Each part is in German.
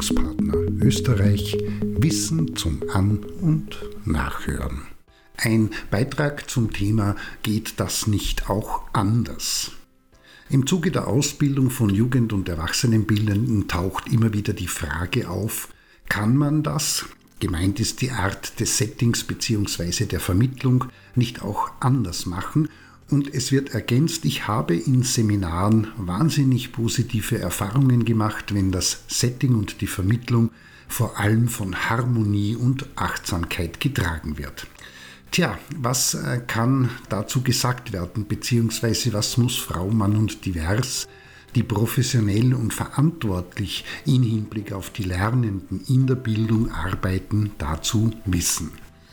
Bildungspartner Österreich Wissen zum An- und Nachhören. Ein Beitrag zum Thema Geht das nicht auch anders? Im Zuge der Ausbildung von Jugend- und Erwachsenenbildenden taucht immer wieder die Frage auf, kann man das, gemeint ist die Art des Settings bzw. der Vermittlung, nicht auch anders machen? Und es wird ergänzt, ich habe in Seminaren wahnsinnig positive Erfahrungen gemacht, wenn das Setting und die Vermittlung vor allem von Harmonie und Achtsamkeit getragen wird. Tja, was kann dazu gesagt werden, beziehungsweise was muss Frau, Mann und Divers, die professionell und verantwortlich im Hinblick auf die Lernenden in der Bildung arbeiten, dazu wissen?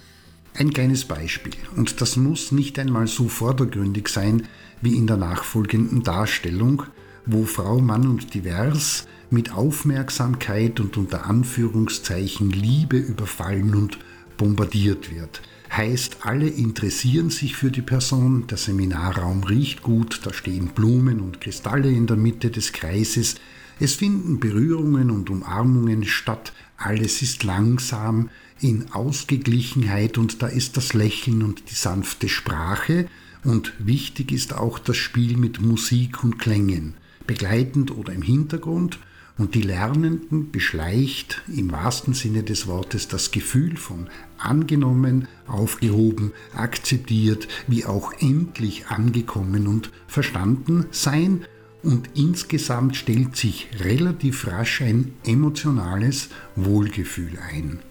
Ein kleines Beispiel, und das muss nicht einmal so vordergründig sein wie in der nachfolgenden Darstellung, wo Frau, Mann und Divers mit Aufmerksamkeit und unter Anführungszeichen Liebe überfallen und bombardiert wird. Heißt, alle interessieren sich für die Person, der Seminarraum riecht gut, da stehen Blumen und Kristalle in der Mitte des Kreises, es finden Berührungen und Umarmungen statt, alles ist langsam, in Ausgeglichenheit und da ist das Lächeln und die sanfte Sprache und wichtig ist auch das Spiel mit Musik und Klängen, begleitend oder im Hintergrund und die Lernenden beschleicht im wahrsten Sinne des Wortes das Gefühl von angenommen, aufgehoben, akzeptiert, wie auch endlich angekommen und verstanden sein und insgesamt stellt sich relativ rasch ein emotionales Wohlgefühl ein.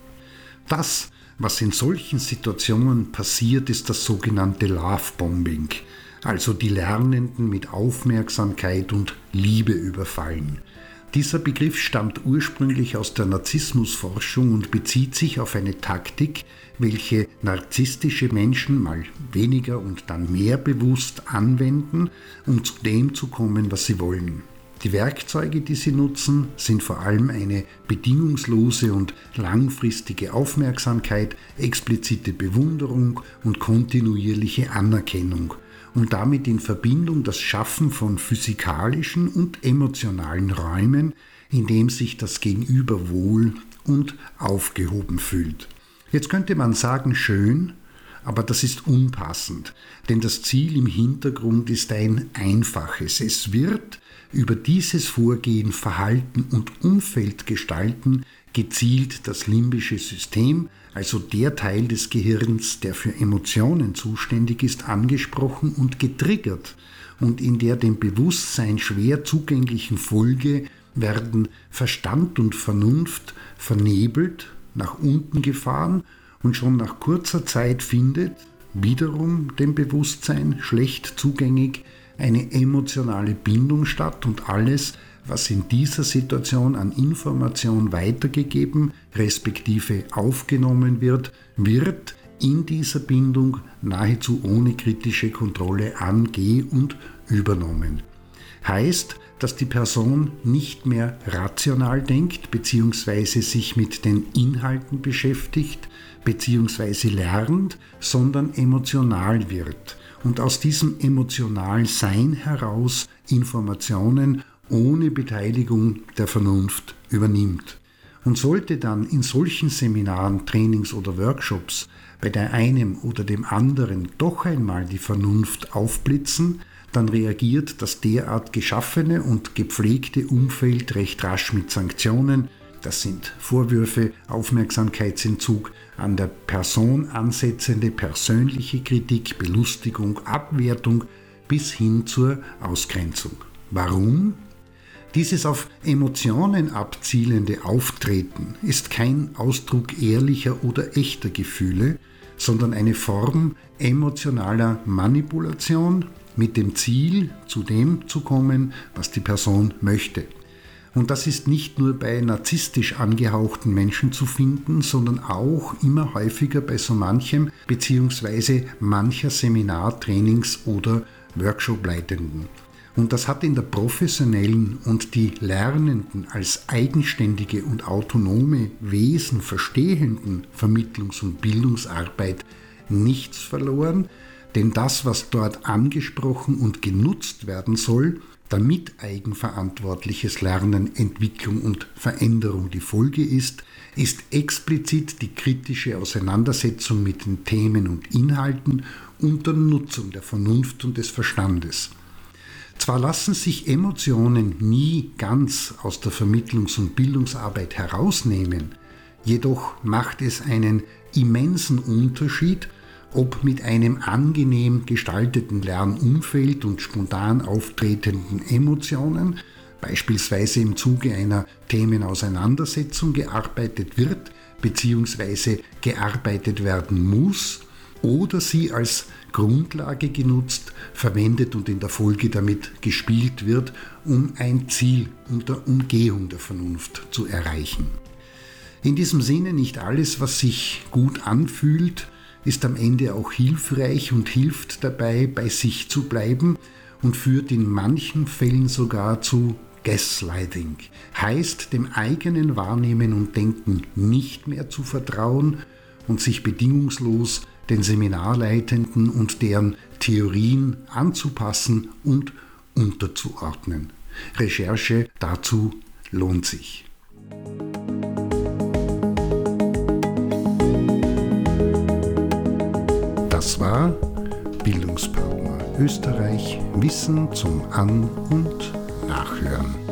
Das, was in solchen Situationen passiert, ist das sogenannte Love-Bombing, also die Lernenden mit Aufmerksamkeit und Liebe überfallen. Dieser Begriff stammt ursprünglich aus der Narzissmusforschung und bezieht sich auf eine Taktik, welche narzisstische Menschen mal weniger und dann mehr bewusst anwenden, um zu dem zu kommen, was sie wollen. Die Werkzeuge, die sie nutzen, sind vor allem eine bedingungslose und langfristige Aufmerksamkeit, explizite Bewunderung und kontinuierliche Anerkennung und damit in Verbindung das Schaffen von physikalischen und emotionalen Räumen, in dem sich das Gegenüber wohl und aufgehoben fühlt. Jetzt könnte man sagen, schön, aber das ist unpassend, denn das Ziel im Hintergrund ist ein einfaches. Es wird über dieses Vorgehen, Verhalten und Umfeld gestalten, gezielt das limbische System, also der Teil des Gehirns, der für Emotionen zuständig ist, angesprochen und getriggert. Und in der dem Bewusstsein schwer zugänglichen Folge werden Verstand und Vernunft vernebelt, nach unten gefahren und schon nach kurzer Zeit findet, wiederum dem Bewusstsein schlecht zugängig, eine emotionale Bindung statt und alles, was in dieser Situation an Information weitergegeben, respektive aufgenommen wird, wird in dieser Bindung nahezu ohne kritische Kontrolle ange- und übernommen. Heißt, dass die Person nicht mehr rational denkt bzw. sich mit den Inhalten beschäftigt bzw. lernt, sondern emotional wird und aus diesem Emotionalsein heraus Informationen ohne Beteiligung der Vernunft übernimmt. Und sollte dann in solchen Seminaren, Trainings oder Workshops bei der einem oder dem anderen doch einmal die Vernunft aufblitzen, dann reagiert das derart geschaffene und gepflegte Umfeld recht rasch mit Sanktionen. Das sind Vorwürfe, Aufmerksamkeitsentzug, an der Person ansetzende persönliche Kritik, Belustigung, Abwertung bis hin zur Ausgrenzung. Warum? Dieses auf Emotionen abzielende Auftreten ist kein Ausdruck ehrlicher oder echter Gefühle, sondern eine Form emotionaler Manipulation mit dem Ziel, zu dem zu kommen, was die Person möchte. Und das ist nicht nur bei narzisstisch angehauchten Menschen zu finden, sondern auch immer häufiger bei so manchem bzw. mancher Seminar-, Trainings- oder Workshop-Leitenden. Und das hat in der professionellen und die Lernenden als eigenständige und autonome Wesen verstehenden Vermittlungs- und Bildungsarbeit nichts verloren, denn das, was dort angesprochen und genutzt werden soll, damit eigenverantwortliches Lernen, Entwicklung und Veränderung die Folge ist explizit die kritische Auseinandersetzung mit den Themen und Inhalten unter Nutzung der Vernunft und des Verstandes. Zwar lassen sich Emotionen nie ganz aus der Vermittlungs- und Bildungsarbeit herausnehmen, jedoch macht es einen immensen Unterschied, ob mit einem angenehm gestalteten Lernumfeld und spontan auftretenden Emotionen, beispielsweise im Zuge einer Themenauseinandersetzung, gearbeitet wird bzw. gearbeitet werden muss, oder sie als Grundlage genutzt, verwendet und in der Folge damit gespielt wird, um ein Ziel unter Umgehung der Vernunft zu erreichen. In diesem Sinne, nicht alles, was sich gut anfühlt, ist am Ende auch hilfreich und hilft dabei, bei sich zu bleiben und führt in manchen Fällen sogar zu Gaslighting. Heißt, dem eigenen Wahrnehmen und Denken nicht mehr zu vertrauen und sich bedingungslos den Seminarleitenden und deren Theorien anzupassen und unterzuordnen. Recherche dazu lohnt sich. Das war Bildungspartner Österreich, Wissen zum An- und Nachhören.